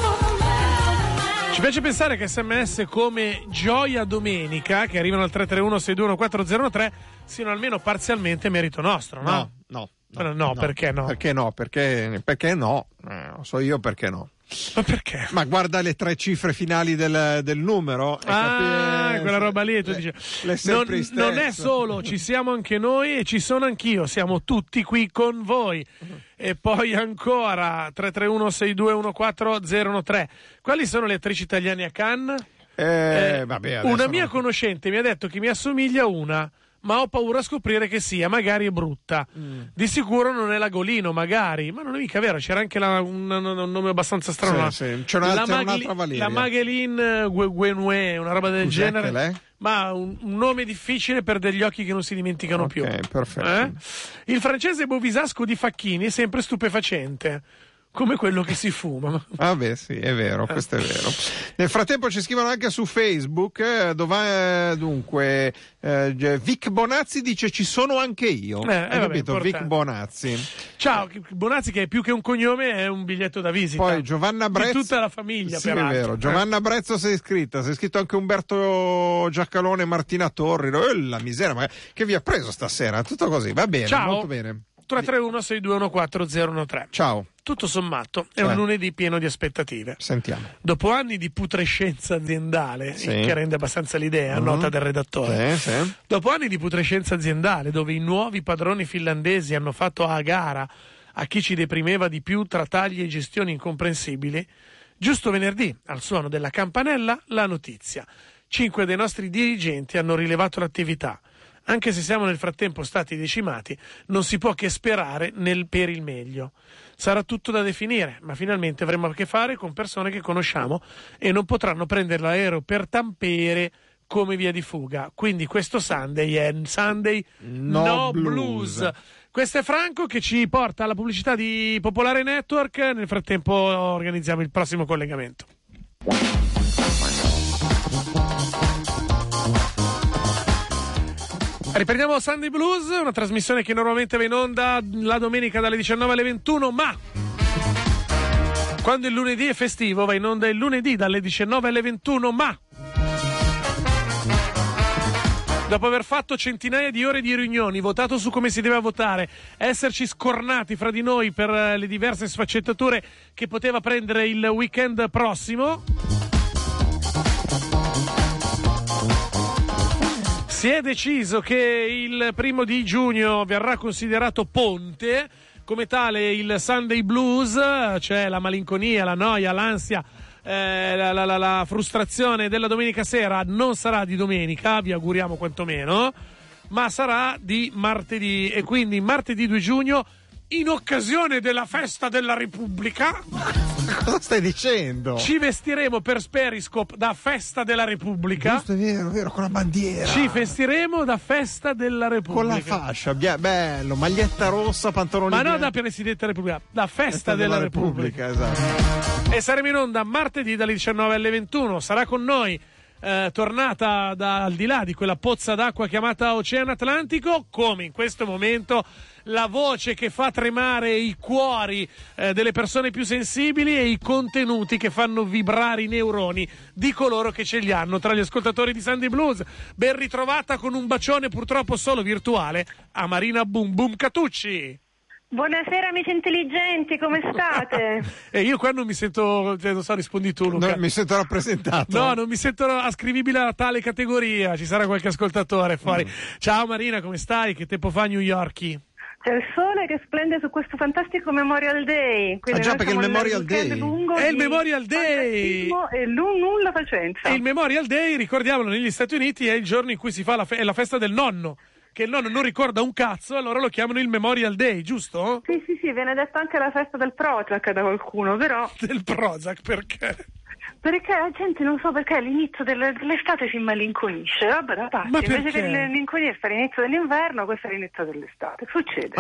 Ci piace pensare che sms come Gioia Domenica, che arrivano al tre tre uno sei due uno quattro zero uno tre, siano almeno parzialmente merito nostro, no? No, no. No, no, perché no? Perché no? Perché, perché no? Eh, lo so io perché no. Ma perché? Ma guarda le tre cifre finali del, del numero. e Ah, capi- quella roba lì, tu le- dici. le Non, sempre non è stesse. solo, ci siamo anche noi e ci sono anch'io, siamo tutti qui con voi. E poi ancora tre tre uno sei due uno quattro zero uno tre. Quali sono le attrici italiane a Cannes? Eh, Eh, vabbè, adesso una mia non- conoscente mi ha detto che mi assomiglia a una, ma ho paura a scoprire che sia, magari è brutta. Mm. Di sicuro non è la Golino, magari, ma non è mica vero, c'era anche la- un, un- un nome abbastanza strano. Sì, sì. C'è una- la c'è Magli- un'altra Valeria. La Magheline Guenue, una roba del Cos'è genere. che lei? Ma un, un nome difficile per degli occhi che non si dimenticano Ok, più. perfetto. Eh? Il francese Bovisasco di Facchini è sempre stupefacente, come quello che si fuma. Ah beh, sì, è vero, questo è vero. Nel frattempo ci scrivono anche su Facebook, eh, dove dunque eh, Vic Bonazzi dice ci sono anche io. Eh, eh, Hai vabbè, capito? Vic importante. Bonazzi. Ciao, Bonazzi, che è più che un cognome, è un biglietto da visita. Poi Giovanna Brezzo. Di tutta la famiglia, Sì, è peraltro. vero. Giovanna Brezzo si è iscritta, si è iscritto anche Umberto Giacalone e Martina Torri. Eh, la misera, ma che vi ha preso stasera? Tutto così, va bene, Ciao. molto bene. tre tre uno sei due uno quattro zero uno tre. Ciao, Tutto sommato, è Eh. un lunedì pieno di aspettative. sentiamo. Dopo anni di putrescenza aziendale, Sì. che rende abbastanza l'idea, Mhm. nota del redattore. Sì, sì. Dopo anni di putrescenza aziendale, dove i nuovi padroni finlandesi hanno fatto a gara a chi ci deprimeva di più tra tagli e gestioni incomprensibili, giusto venerdì, al suono della campanella, la notizia. Cinque dei nostri dirigenti hanno rilevato l'attività. Anche se siamo nel frattempo stati decimati, non si può che sperare nel per il meglio. Sarà tutto da definire, ma finalmente avremo a che fare con persone che conosciamo e non potranno prendere l'aereo per Tampere come via di fuga. Quindi questo Sunday è Sunday No No, blues. blues. Questo è Franco che ci porta alla pubblicità di Popolare Network. Nel frattempo organizziamo il prossimo collegamento. Riprendiamo Sunday Blues, una trasmissione che normalmente va in onda la domenica dalle diciannove alle ventuno, ma quando il lunedì è festivo va in onda il lunedì dalle diciannove alle ventuno, ma Dopo aver fatto centinaia di ore di riunioni, votato su come si deve votare, esserci scornati fra di noi per le diverse sfaccettature che poteva prendere il weekend prossimo, si è deciso che il primo di giugno verrà considerato ponte, come tale il Sunday Blues, cioè la malinconia, la noia, l'ansia, Eh, la, la, la, la frustrazione della domenica sera non sarà di domenica, vi auguriamo quantomeno, ma sarà di martedì, e quindi martedì due giugno, in occasione della festa della Repubblica, cosa stai dicendo? Ci vestiremo per Periscope da festa della Repubblica. Giusto, è vero, è vero, con la bandiera. Ci vestiremo da festa della Repubblica. Con la fascia, bia- bello, maglietta rossa, pantaloni ma bianchi. no da Presidente della Repubblica, da festa, Festa della, della Repubblica, Repubblica, esatto. E saremo in onda martedì dalle diciannove alle ventuno. Sarà con noi, eh, tornata da al di là di quella pozza d'acqua chiamata Oceano Atlantico, come in questo momento, la voce che fa tremare i cuori eh, delle persone più sensibili e i contenuti che fanno vibrare i neuroni di coloro che ce li hanno tra gli ascoltatori di Sunday Blues. Ben ritrovata con un bacione purtroppo solo virtuale a Marina Boom Boom Catucci. Buonasera amici intelligenti, come state? E io qua non mi sento, cioè, non so, rispondi tu Luca. No, mi sento rappresentato. No, non mi sento ascrivibile a tale categoria, ci sarà qualche ascoltatore fuori. Mm. Ciao Marina, come stai? Che tempo fa a New York? C'è il sole che splende su questo fantastico Memorial Day. Ah già, perché il Memorial Day è il Memorial Day e nulla facenza. E il Memorial Day, ricordiamolo, negli Stati Uniti è il giorno in cui si fa la, fe- è la festa del nonno, che il nonno non ricorda un cazzo, allora lo chiamano il Memorial Day, giusto? Sì, sì, sì, viene detto anche la festa del Prozac da qualcuno, però... Del Prozac, perché? Perché la gente, non so perché, all'inizio delle, dell'estate si malinconisce, vabbè, da parte, Ma invece perché? che malinconirsi all'inizio dell'inverno, questo è l'inizio dell'estate. Succede.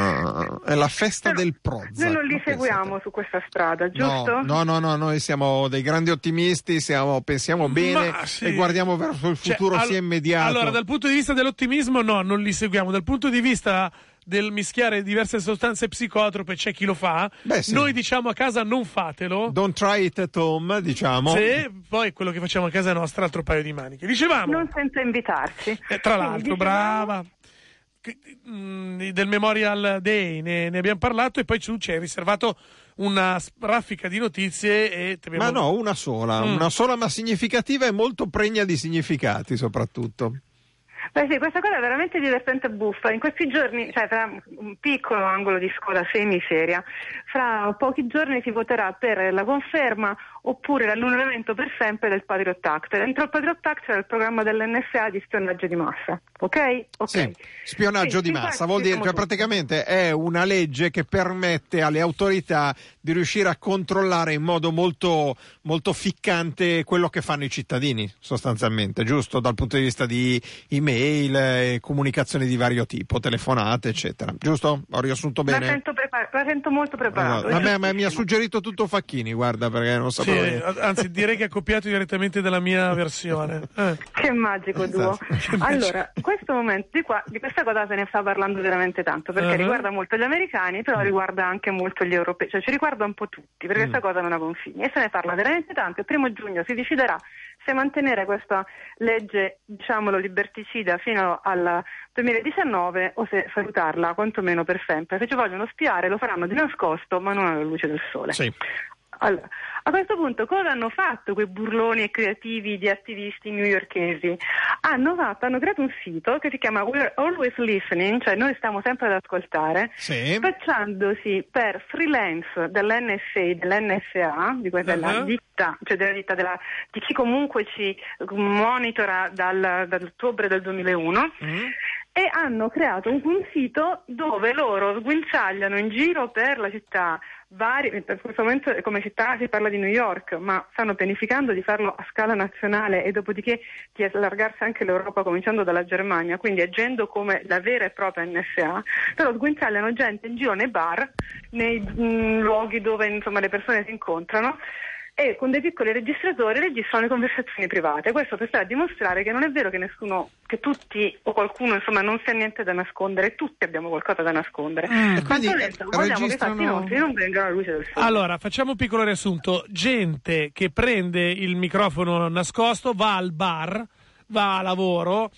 Ah, è la festa Però del Prozac. Noi non li Ma seguiamo pensate. su questa strada, giusto? No, no, no, no, noi siamo dei grandi ottimisti, siamo, pensiamo bene sì. e guardiamo verso il futuro Cioè, sia all- immediato. Allora, dal punto di vista dell'ottimismo, no, non li seguiamo. Dal punto di vista del mischiare diverse sostanze psicotrope, c'è chi lo fa. Beh, sì. Noi diciamo a casa non fatelo. Don't try it at home, diciamo. Se poi quello che facciamo a casa nostra, altro paio di maniche. Dicevamo. Non senza invitarci. Eh, tra l'altro, Quindi, brava. Che- mh, del Memorial Day ne, ne abbiamo parlato, e poi tu ci hai riservato una s- raffica di notizie e ti abbiamo- Ma no, una sola, Mm. una sola ma significativa e molto pregna di significati soprattutto. Beh sì, questa cosa è veramente divertente e buffa. In questi giorni, cioè tra un piccolo angolo di scuola semiseria, fra pochi giorni si voterà per la conferma oppure l'annullamento per sempre del Patriot Act. Dentro il Patriot Act c'era il programma dell'N S A di spionaggio di massa, ok? Ok. Sì, spionaggio Sì, di sì, massa, infatti, vuol dire, siamo cioè tutti. praticamente è una legge che permette alle autorità di riuscire a controllare in modo molto, molto ficcante quello che fanno i cittadini, sostanzialmente, giusto? Dal punto di vista di email e comunicazioni di vario tipo, telefonate, eccetera. Giusto? Ho riassunto La bene? sento, prepar- la sento molto preparata. Allora, vabbè, ma mi ha suggerito tutto Facchini, guarda, perché non Sì, sapevo io. anzi direi che è copiato direttamente dalla mia versione. Eh. Che magico duo. Esatto. Allora, in questo momento di qua, di questa cosa se ne sta parlando veramente tanto, perché Uh-huh. riguarda molto gli americani, però riguarda anche molto gli europei, cioè ci riguarda un po' tutti, perché questa cosa non ha confini, e se ne parla veramente tanto. Il primo giugno si deciderà se mantenere questa legge, diciamolo, liberticida fino al duemiladiciannove o se salutarla quantomeno per sempre. Se ci vogliono spiare lo faranno di nascosto, ma non alla luce del sole. Sì. Allora, a questo punto cosa hanno fatto quei burloni e creativi di attivisti newyorkesi? Hanno fatto, hanno creato un sito che si chiama We're Always Listening, cioè noi stiamo sempre ad ascoltare, Sì. facciandosi per freelance dell'N S A, dell'N S A, di quella della Uh-huh. ditta, cioè della ditta della, di chi comunque ci monitora dal, dall'ottobre del duemilauno. Mm. E hanno creato un, un sito dove loro sguinciagliano in giro per la città, vari, per questo momento come città si parla di New York, ma stanno pianificando di farlo a scala nazionale e dopodiché di allargarsi anche l'Europa cominciando dalla Germania, quindi agendo come la vera e propria N S A. Loro sguinciagliano gente in giro nei bar, nei mh, luoghi dove insomma le persone si incontrano, e con dei piccoli registratori registrano le conversazioni private. Questo per stare a dimostrare che non è vero che nessuno, che tutti o qualcuno insomma non si ha niente da nascondere, tutti abbiamo qualcosa da nascondere. Mm, quindi, Quanto eh, detto, vogliamo che i fatti registrano- nostri non vengano alla luce del sole. Allora, facciamo un piccolo riassunto. Gente che prende il microfono nascosto, va al bar, va a lavoro,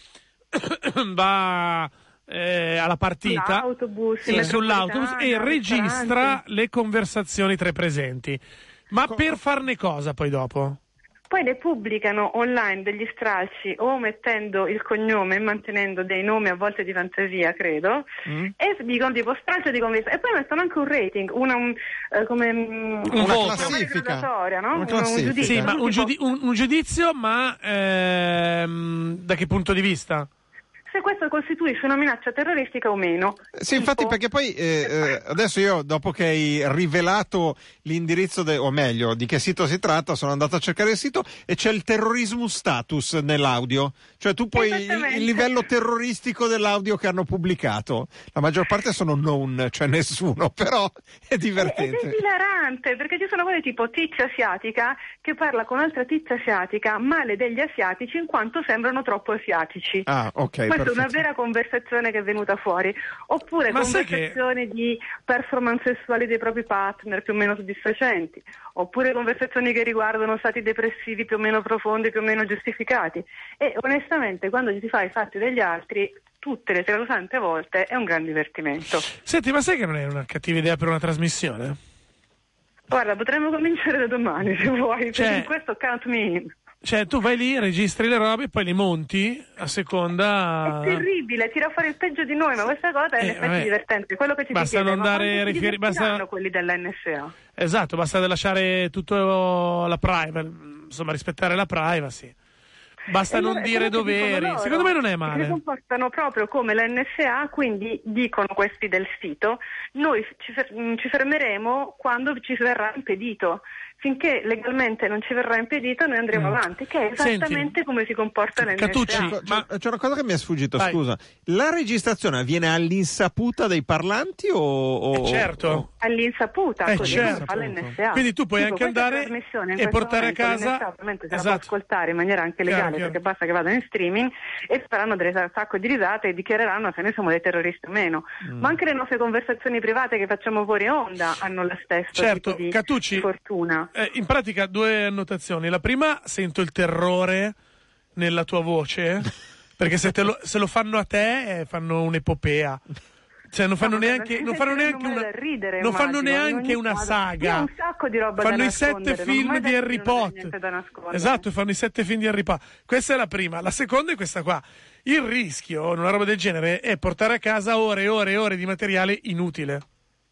va eh, alla partita, sull'autobus, sì, sull'autobus e registra le conversazioni tra i presenti. Ma Co- per farne cosa poi dopo? Poi le pubblicano online degli stralci o mettendo il cognome e mantenendo dei nomi a volte di fantasia, credo, mm. e dicono tipo stralcio di conversazione. E poi mettono anche un rating, una, un, eh, come, un una voto. classifica. No? Una classifica. Un, un giudizio, sì, ma un, giudi- un, un giudizio, ma ehm, da che punto di vista? Se questo costituisce una minaccia terroristica o meno. Sì, infatti, perché poi eh, adesso io, dopo che hai rivelato l'indirizzo, de- o meglio, di che sito si tratta, sono andato a cercare il sito e c'è il terrorismo status nell'audio. Cioè tu puoi il, il livello terroristico dell'audio che hanno pubblicato. La maggior parte sono known, cioè nessuno, però è divertente. Ed è hilarante, perché ci sono quelli tipo tizia asiatica che parla con altra tizia asiatica male degli asiatici in quanto sembrano troppo asiatici. Ah, ok. Questa è una vera conversazione che è venuta fuori. Oppure Ma conversazioni che... di performance sessuali dei propri partner più o meno soddisfacenti, oppure conversazioni che riguardano stati depressivi più o meno profondi, più o meno giustificati. E onestamente quando ci si fa i fatti degli altri, tutte le tante volte è un gran divertimento. Senti, ma sai che non è una cattiva idea per una trasmissione? Guarda, potremmo cominciare da domani se vuoi, cioè... perché in questo count me in. Cioè, tu vai lì, registri le robe e poi li monti a seconda... È terribile, tira fuori il peggio di noi, ma questa cosa è eh, in effetti vabbè. divertente. Quello che ci basta si chiede, non dare riferimenti, basta quelli dell'N S A. Esatto, basta lasciare tutto la privacy, insomma, rispettare la privacy. Basta e non loro, dire doveri. Loro, secondo me non è male. Si comportano proprio come l'N S A, quindi dicono questi del sito, noi ci, fer- ci fermeremo quando ci verrà impedito. Finché legalmente non ci verrà impedito noi andremo mm. avanti, che è esattamente Senti, come si comporta l'N S A. Catucci, ma c'è una cosa che mi è sfuggita, Vai. scusa. La registrazione avviene all'insaputa dei parlanti o... o... Eh certo. O... All'insaputa, eh così certo. fa l'N S A. Quindi tu puoi tipo, anche andare e portare a casa... L'N S A ovviamente se esatto. la può ascoltare in maniera anche legale, chiaro, chiaro. perché basta che vadano in streaming e faranno delle un sacco di risate e dichiareranno se noi siamo dei terroristi o meno. Mm. Ma anche le nostre conversazioni private che facciamo fuori onda hanno la stessa certo. tipo di Catucci, fortuna. Eh, in pratica due annotazioni. La prima, sento il terrore nella tua voce, perché se, te lo, se lo fanno a te eh, fanno un'epopea. Cioè non fanno no, neanche non fanno neanche una ridere, non fanno immagino, neanche una modo. saga. Un sacco di roba fanno da i sette film di Harry Potter. Esatto, fanno i sette film di Harry Potter. Questa è la prima. La seconda è questa qua. Il rischio in una roba del genere è portare a casa ore e ore e ore di materiale inutile.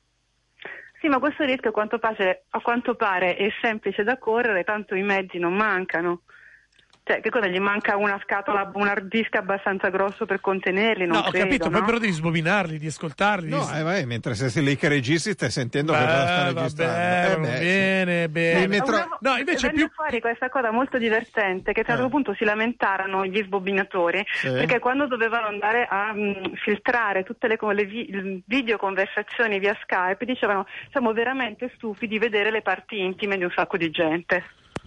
Sì, ma questo rischio a quanto pare, a quanto pare è semplice da correre, tanto i mezzi non mancano. Cioè, che cosa gli manca una scatola, un hard disk abbastanza grosso per contenerli? Non no, ho credo, capito, no? poi però devi sbobinarli, di ascoltarli. No, di... eh, vai, mentre sei lì che registri stai sentendo beh, che cosa sta vabbè, registrando. Eh, beh, bene, sì. bene. Metro... Una... No, invece venne più... fuori questa cosa molto divertente, che a un certo eh. punto si lamentarono gli sbobinatori, sì. perché quando dovevano andare a mh, filtrare tutte le, le vi- videoconversazioni via Skype, dicevano siamo veramente stufi di vedere le parti intime di un sacco di gente.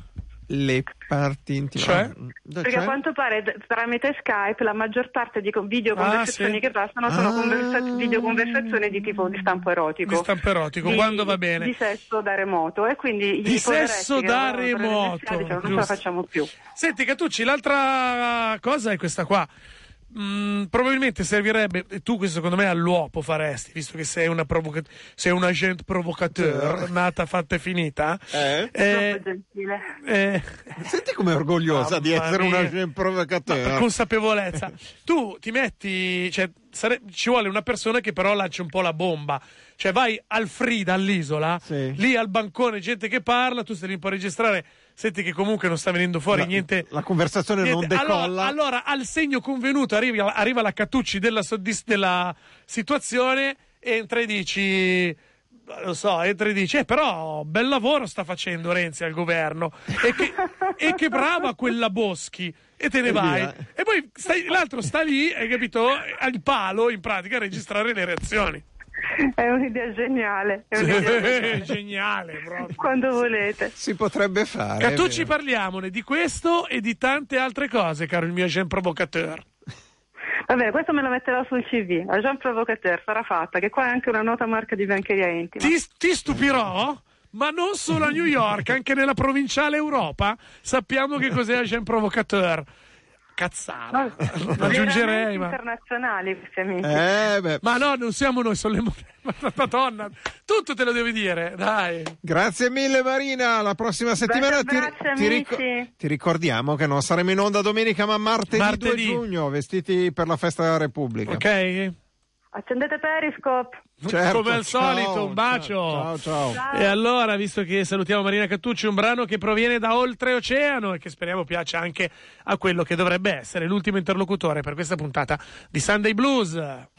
Le parti intime, cioè? Perché cioè? a quanto pare tramite Skype la maggior parte di videoconversazioni ah, sì. che passano sono ah. conversa- videoconversazioni di tipo di stampo erotico. Di stampo erotico, di, quando va bene. Di sesso da remoto e quindi di sesso da remoto. Dicevano, non ce la facciamo più. Senti Catucci, l'altra cosa è questa qua. Mm, probabilmente servirebbe, e tu questo secondo me all'uopo faresti, visto che sei una provoca- sei un agent provocateur, nata, fatta e finita. Eh? Eh, troppo gentile. Eh, Senti com'è orgogliosa di essere un agent provocateur. Per consapevolezza. Tu ti metti, cioè, sare- ci vuole una persona che però lancia un po' la bomba. Cioè vai al Frida, all'isola, sì. lì al bancone, gente che parla, tu stai lì un po' a registrare. Senti che comunque non sta venendo fuori la, niente. La conversazione niente. non decolla. Allora, allora al segno convenuto arriva, arriva la Catucci della, soddis- della situazione, entra e dici, lo so, entra e dici, eh, però bel lavoro sta facendo Renzi al governo. E che, e che brava quella Boschi. E te ne e vai. via. E poi stai, l'altro sta lì, hai capito? Al palo, in pratica, a registrare le reazioni. È un'idea geniale. È un'idea geniale. Geniale, proprio. Quando volete. Si potrebbe fare. Catucci, parliamone di questo e di tante altre cose, caro il mio agent provocateur. Va bene, questo me lo metterò sul C V. Agent provocateur sarà fatta, che qua è anche una nota marca di biancheria intima. Ti, ti stupirò? Ma non solo a New York, anche nella provinciale Europa sappiamo che cos'è agent provocateur. Cazzara. No, aggiungerei, ma... internazionali questi amici. Eh, beh. Ma no, non siamo noi, sono le modelle. Madonna, tutto te lo devi dire, dai. Grazie mille Marina, la prossima settimana ti, Grazie, ti, ric- ti ricordiamo che non saremo in onda domenica ma martedì, Martedì. due giugno, vestiti per la festa della Repubblica. Ok? Accendete Periscope. Certo, Come al ciao, solito, un bacio. Ciao, ciao. Ciao. E allora, visto che salutiamo Marina Cattucci, un brano che proviene da oltreoceano e che speriamo piaccia anche a quello che dovrebbe essere l'ultimo interlocutore per questa puntata di Sunday Blues.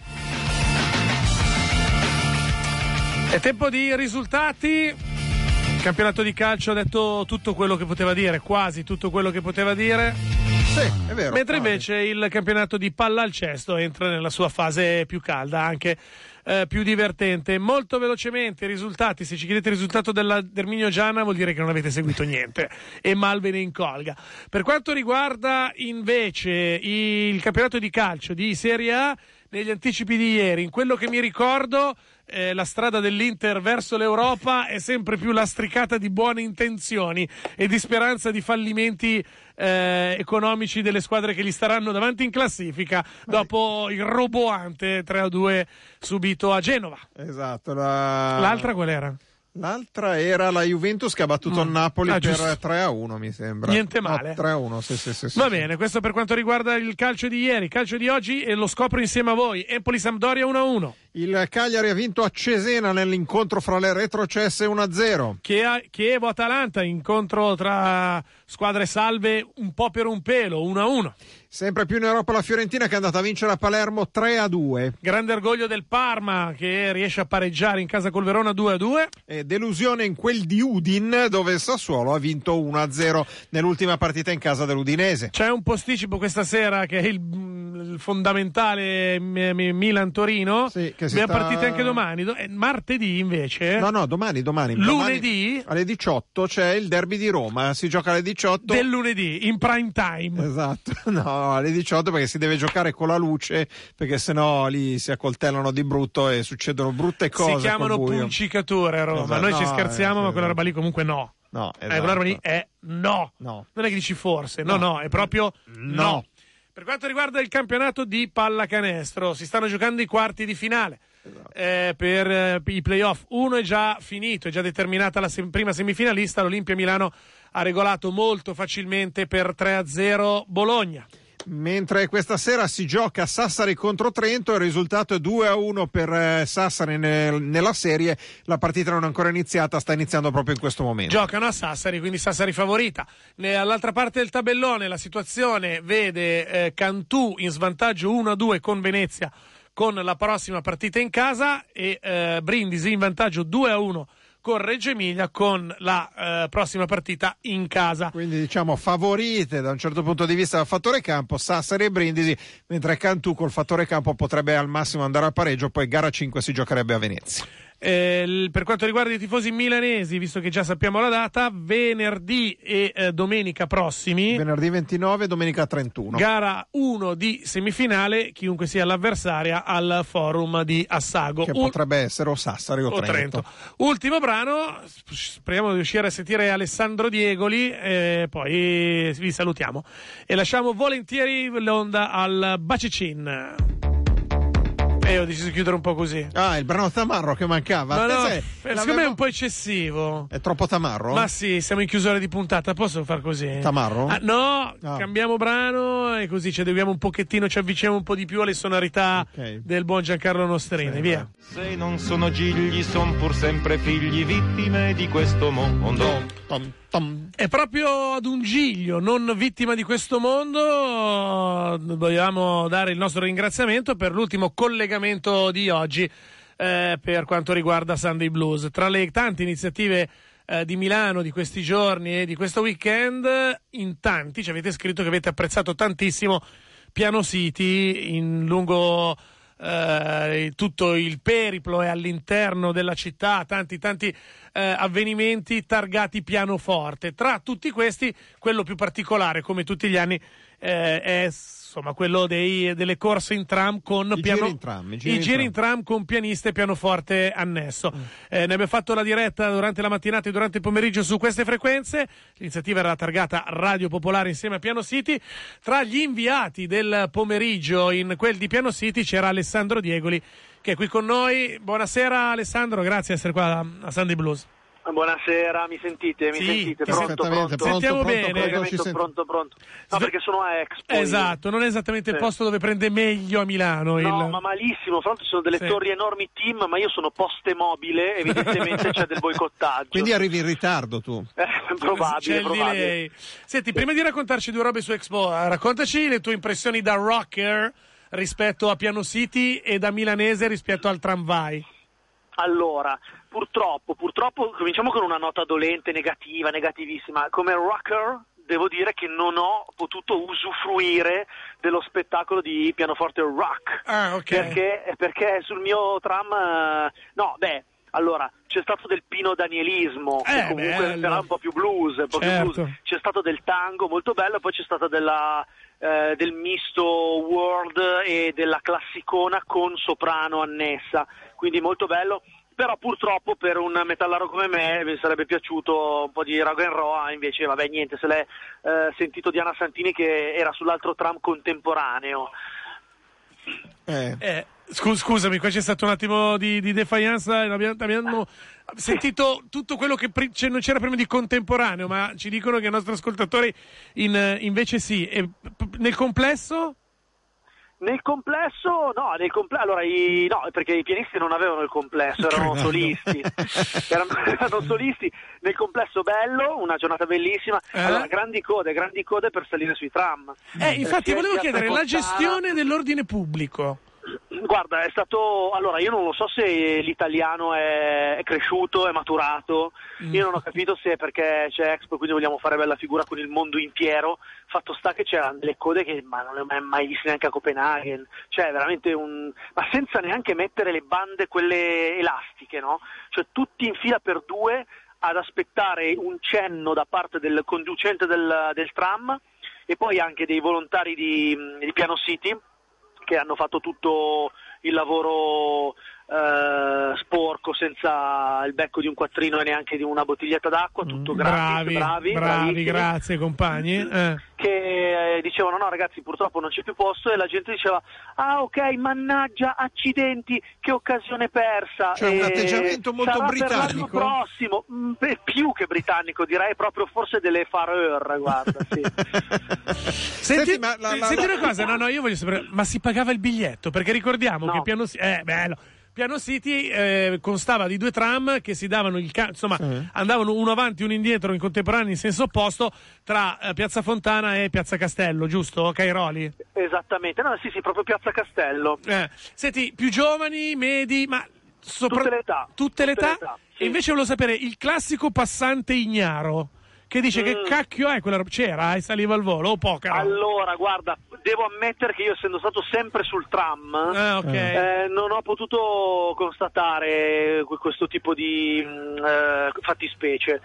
È tempo di risultati. Il campionato di calcio ha detto tutto quello che poteva dire, quasi tutto quello che poteva dire. Sì, è vero. Mentre quasi. invece il campionato di palla al cesto entra nella sua fase più calda, anche eh, più divertente. Molto velocemente i risultati, se ci chiedete il risultato della Derminio Gianna vuol dire che non avete seguito niente e mal ve ne incolga. Per quanto riguarda invece il campionato di calcio di Serie A, negli anticipi di ieri, in quello che mi ricordo, eh, la strada dell'Inter verso l'Europa è sempre più lastricata di buone intenzioni e di speranza di fallimenti eh, economici delle squadre che gli staranno davanti in classifica dopo il roboante tre a due subito a Genova. Esatto. La... L'altra qual era? L'altra era la Juventus che ha battuto il Mm. Napoli Ah, per giusto. tre a uno, mi sembra. Niente male. No, tre a uno, sì, sì, sì, sì, Va sì. bene, questo per quanto riguarda il calcio di ieri. Calcio di oggi e lo scopro insieme a voi. Empoli-Sampdoria uno a uno. Il Cagliari ha vinto a Cesena nell'incontro fra le retrocesse uno a zero. Chievo-Atalanta, incontro tra squadre salve un po' per un pelo, uno a uno. Sempre più in Europa la Fiorentina che è andata a vincere a Palermo tre a due. Grande orgoglio del Parma che riesce a pareggiare in casa col Verona due a due. E delusione in quel di Udin dove il Sassuolo ha vinto uno a zero nell'ultima partita in casa dell'Udinese. C'è un posticipo questa sera che è il, il fondamentale M- M- Milan-Torino. Sì, che si Abbiamo sta- partite anche domani. Do- eh, martedì invece. No, no, domani, domani. Lunedì? Domani alle diciotto c'è il derby di Roma, si gioca alle diciotto. Del lunedì in prime time. Esatto, no, alle diciotto perché si deve giocare con la luce, perché sennò lì si accoltellano di brutto e succedono brutte cose. Si chiamano col buio. puncicature a Roma. Esatto, Noi ci no, scherziamo, eh, ma quella esatto. roba lì comunque no. No, Eh, esatto. quella roba lì è no. No. Non è che dici forse, no, No. no, è proprio no. No. Per quanto riguarda il campionato di pallacanestro, si stanno giocando i quarti di finale. Eh, per eh, i playoff uno è già finito, è già determinata la sem- prima semifinalista. L'Olimpia Milano ha regolato molto facilmente per tre a zero Bologna. Mentre questa sera si gioca Sassari contro Trento, il risultato è due a uno per eh, Sassari nel- nella serie. La partita non è ancora iniziata, sta iniziando proprio in questo momento. Giocano a Sassari, quindi Sassari favorita. Ne- All'altra parte del tabellone la situazione vede eh, Cantù in svantaggio uno a due con Venezia con la prossima partita in casa e eh, Brindisi in vantaggio due a uno con Reggio Emilia con la eh, prossima partita in casa. Quindi diciamo favorite da un certo punto di vista dal fattore campo Sassari e Brindisi, mentre Cantù col fattore campo potrebbe al massimo andare a pareggio, poi gara cinque si giocherebbe a Venezia. Eh, il- per quanto riguarda i tifosi milanesi, visto che già sappiamo la data, venerdì e eh, domenica prossimi, Venerdì ventinove, domenica trentuno. gara uno di semifinale, chiunque sia l'avversaria al forum di Assago. Che Un- potrebbe essere o Sassari o, o Trento. Ultimo brano, speriamo di riuscire a sentire Alessandro Diegoli e poi vi salutiamo e lasciamo volentieri l'onda al Bacicin. E ho deciso di chiudere un po' così. Ah, il brano Tamarro che mancava. Ma Te no, sai, secondo l'avevo- me è un po' eccessivo. È troppo Tamarro? Ma sì, siamo in chiusura di puntata, posso far così? Tamarro? Ah, no, No. cambiamo brano e così ci adeguiamo un pochettino, ci avviciniamo un po' di più alle sonorità Ok. del buon Giancarlo Nostrini, Sì, via. Se non sono gigli, son pur sempre figli, vittime di questo mondo. Tom, tom. E proprio ad un giglio, non vittima di questo mondo, vogliamo dare il nostro ringraziamento per l'ultimo collegamento di oggi eh, per quanto riguarda Sunday Blues. Tra le tante iniziative eh, di Milano di questi giorni e di questo weekend, in tanti ci avete scritto che avete apprezzato tantissimo Piano City in lungo eh, tutto il periplo e all'interno della città, tanti tanti eh, avvenimenti targati pianoforte. Tra tutti questi, quello più particolare, come tutti gli anni, eh, è insomma quello dei, delle corse in tram con I piano, giri in tram, i giri i in giri tram. in tram con pianista e pianoforte annesso. Mm. Eh, ne abbiamo fatto la diretta durante la mattinata e durante il pomeriggio su queste frequenze. L'iniziativa era targata Radio Popolare insieme a Piano City. Tra gli inviati del pomeriggio in quel di Piano City c'era Alessandro Diegoli, che è qui con noi. Buonasera Alessandro, grazie di essere qua a Sunday Blues. Buonasera, mi sentite? Mi Sì, sentite? ti Pronto, perfettamente, pronto? pronto, Sentiamo pronto, bene. pronto, Pronto, ci senti- pronto, pronto. No, perché sono a Expo. io. Esatto, non è esattamente il Sì. posto dove prende meglio a Milano. No, il... ma malissimo, fra l'altro ci sono delle Sì. torri enormi team, ma io sono poste mobile, evidentemente c'è del boicottaggio. Quindi arrivi in ritardo tu. Eh, probabile, C'è il probabile. delay. Senti, prima di raccontarci due robe su Expo, eh, raccontaci le tue impressioni da rocker rispetto a Piano City e da milanese rispetto al tramvai. Allora, purtroppo, purtroppo cominciamo con una nota dolente, negativa, negativissima. Come rocker devo dire che non ho potuto usufruire dello spettacolo di pianoforte rock. Ah, ok. Perché, perché sul mio tram, eh, no, beh, allora, c'è stato del Pino Danielismo, che Eh, comunque bello. era un po' più blues, un po' più Certo. blues. C'è stato del tango molto bello, poi c'è stata della, eh, del misto world e della classicona con soprano annessa, quindi molto bello. Però purtroppo per un metallaro come me mi sarebbe piaciuto un po' di rock and roll, invece vabbè niente, se l'è eh, sentito Diana Santini che era sull'altro tram contemporaneo. Eh. Eh, scu- scusami, qua c'è stato un attimo di, di defiance. Abbiamo, abbiamo sentito tutto quello che pri- c'è- non c'era prima di contemporaneo, ma ci dicono che i nostri ascoltatori in- invece sì. E p- nel complesso? Nel complesso, no, nel comple- allora, i, no, perché i pianisti non avevano il complesso, erano Credo. solisti, erano, erano solisti. Nel complesso bello, una giornata bellissima, Eh? allora, grandi code, grandi code per salire sui tram. Eh, infatti sia in volevo Piazza chiedere la Fontana- gestione dell'ordine pubblico. Guarda, è stato, allora io non lo so se l'italiano è, è cresciuto, è maturato, io non ho capito se è perché c'è Expo, quindi vogliamo fare bella figura con il mondo intero. Fatto sta che c'erano delle code che ma non le ho mai- mai viste neanche a Copenaghen, cioè veramente un, ma senza neanche mettere le bande quelle elastiche, no? Cioè tutti in fila per due ad aspettare un cenno da parte del conducente del, del tram e poi anche dei volontari di, di Piano City che hanno fatto tutto il lavoro eh, sporco, senza il becco di un quattrino e neanche di una bottiglietta d'acqua, tutto gratis, bravi, bravi, bravi, bravissimi, grazie compagni. Eh. che eh, dicevano no ragazzi purtroppo non c'è più posto e la gente diceva ah ok mannaggia accidenti che occasione persa. Cioè, un E atteggiamento molto sarà britannico. per l'anno prossimo. Mm, beh, più che britannico direi proprio forse delle fareur, guarda, sì. Senti, Senti, ma la- la- senti la- una cosa, no, no, io voglio sapere, ma si pagava il biglietto? Perché ricordiamo No. che Piano City, eh, bello, Piano City eh, constava di due tram che si davano il ca- insomma, Sì. andavano uno avanti e uno indietro in contemporanea in senso opposto tra eh, Piazza Fontana e Piazza Castello, giusto? Cairoli? Esattamente, no sì sì proprio Piazza Castello. Eh. Senti, più giovani, medi, ma sopra... Tutte le età. Tutte le Tutte le età? età, sì. E invece volevo sapere, il classico passante ignaro, che dice che Mm. cacchio è quella roba? C'era e saliva al volo o poca roba? Allora, guarda, devo ammettere che io essendo stato sempre sul tram, Ah, ok. eh, non ho potuto constatare que- questo tipo di mh, eh, fattispecie.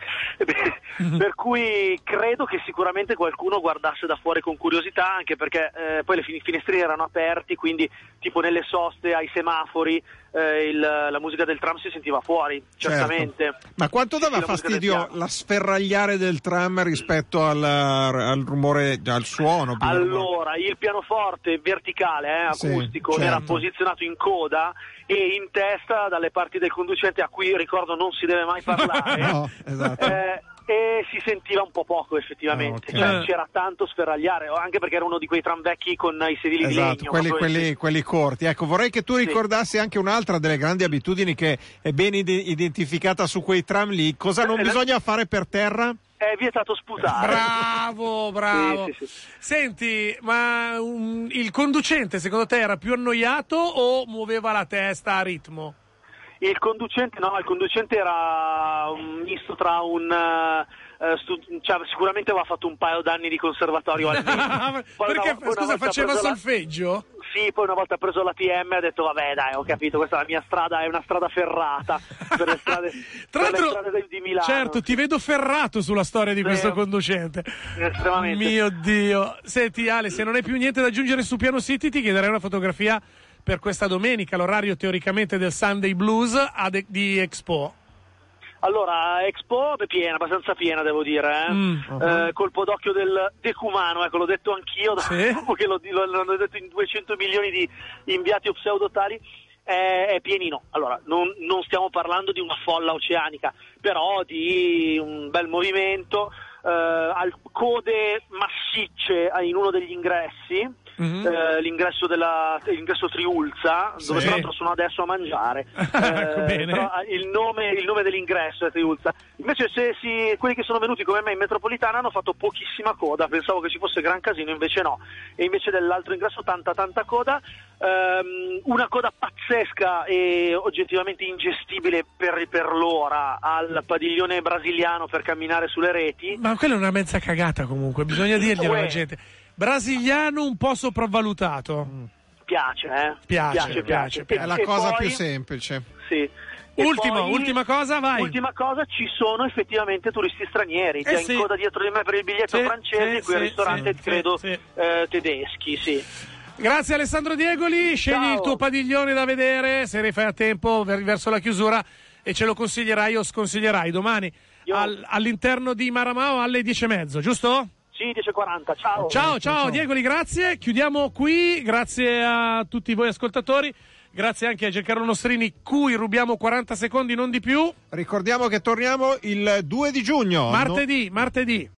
Per cui credo che sicuramente qualcuno guardasse da fuori con curiosità, anche perché eh, poi le fin- finestrini erano aperti, quindi tipo nelle soste, ai semafori, eh, il- la musica del tram si sentiva fuori, certamente. Certo. Ma quanto dava Sì, la musica del fastidio piano. la sferragliare del tram rispetto al, al rumore, al suono? più del rumore? Allora, il pianoforte verticale, eh, Sì, acustico, certo. era posizionato in coda e in testa dalle parti del conducente a cui ricordo non si deve mai parlare. No, esatto. Eh, e si sentiva un po' poco effettivamente, Ah, ok. cioè Eh. c'era tanto sferragliare, anche perché era uno di quei tram vecchi con i sedili di Esatto, legno. quelli, proprio- quelli- quelli corti. Ecco, vorrei che tu Sì. ricordassi anche un'altra delle grandi abitudini che è ben ide- identificata su quei tram lì. Cosa non Eh, la- bisogna fare per terra? È vietato sputare. Bravo, bravo. Sì, sì, sì. Senti, ma um, il conducente secondo te era più annoiato o muoveva la testa a ritmo? Il conducente no, il conducente era un misto tra un, eh, eh, stu- cioè, sicuramente aveva fatto un paio d'anni di conservatorio almeno. Perché, una, scusa, faceva solfeggio? La... Sì, poi una volta preso la T M ha detto vabbè dai, ho capito, questa è la mia strada, è una strada ferrata per le strade, Tra per le l'altro, strade di Milano. Certo, ti vedo ferrato sulla storia di sì, questo conducente. Estremamente. Mio Dio. Senti Ale, se non hai più niente da aggiungere su Piano City, ti chiederei una fotografia per questa domenica, l'orario teoricamente del Sunday Blues a de- di Expo. Allora, Expo è piena, abbastanza piena devo dire, eh? Mm, uh-huh. eh, colpo d'occhio del decumano, ecco, l'ho detto anch'io, sì? Dopo che lo, lo, l'hanno detto in duecento milioni di inviati o pseudotali, è, è pienino. Allora, non, non stiamo parlando di una folla oceanica, però di un bel movimento, eh, al code massicce in uno degli ingressi. Mm-hmm. Eh, l'ingresso della l'ingresso Triulza, sì. Dove tra l'altro sono adesso a mangiare. eh, però il nome, il nome dell'ingresso è Triulza. Invece se si, quelli che sono venuti come me in metropolitana hanno fatto pochissima coda, pensavo che ci fosse gran casino, invece no. E invece dell'altro ingresso tanta tanta coda, ehm, una coda pazzesca e oggettivamente ingestibile per, per l'ora al padiglione brasiliano per camminare sulle reti. Ma quella è una mezza cagata comunque, bisogna dirglielo alla gente. Brasiliano un po' sopravvalutato. Piace, eh? Piace, piace, piace. piace. È la e cosa poi, più semplice. Sì. Ultimo, poi, ultima cosa, vai. Ultima cosa, ci sono effettivamente turisti stranieri. C'è eh sì. in coda dietro di me per il biglietto sì, francese, sì, qui al sì, ristorante sì, credo sì. Eh, tedeschi, sì. Grazie Alessandro Diegoli, scegli Ciao. il tuo padiglione da vedere, se ne fai a tempo ver- verso la chiusura e ce lo consiglierai o sconsiglierai domani al- all'interno di Maramao alle dieci e mezzo, giusto? Sì, dieci e quaranta, ciao. Ciao, ciao, ciao. Diegoli, grazie. Chiudiamo qui, grazie a tutti voi ascoltatori, grazie anche a Giancarlo Nostrini, cui rubiamo quaranta secondi, non di più. Ricordiamo che torniamo il due di giugno. Martedì, no... martedì.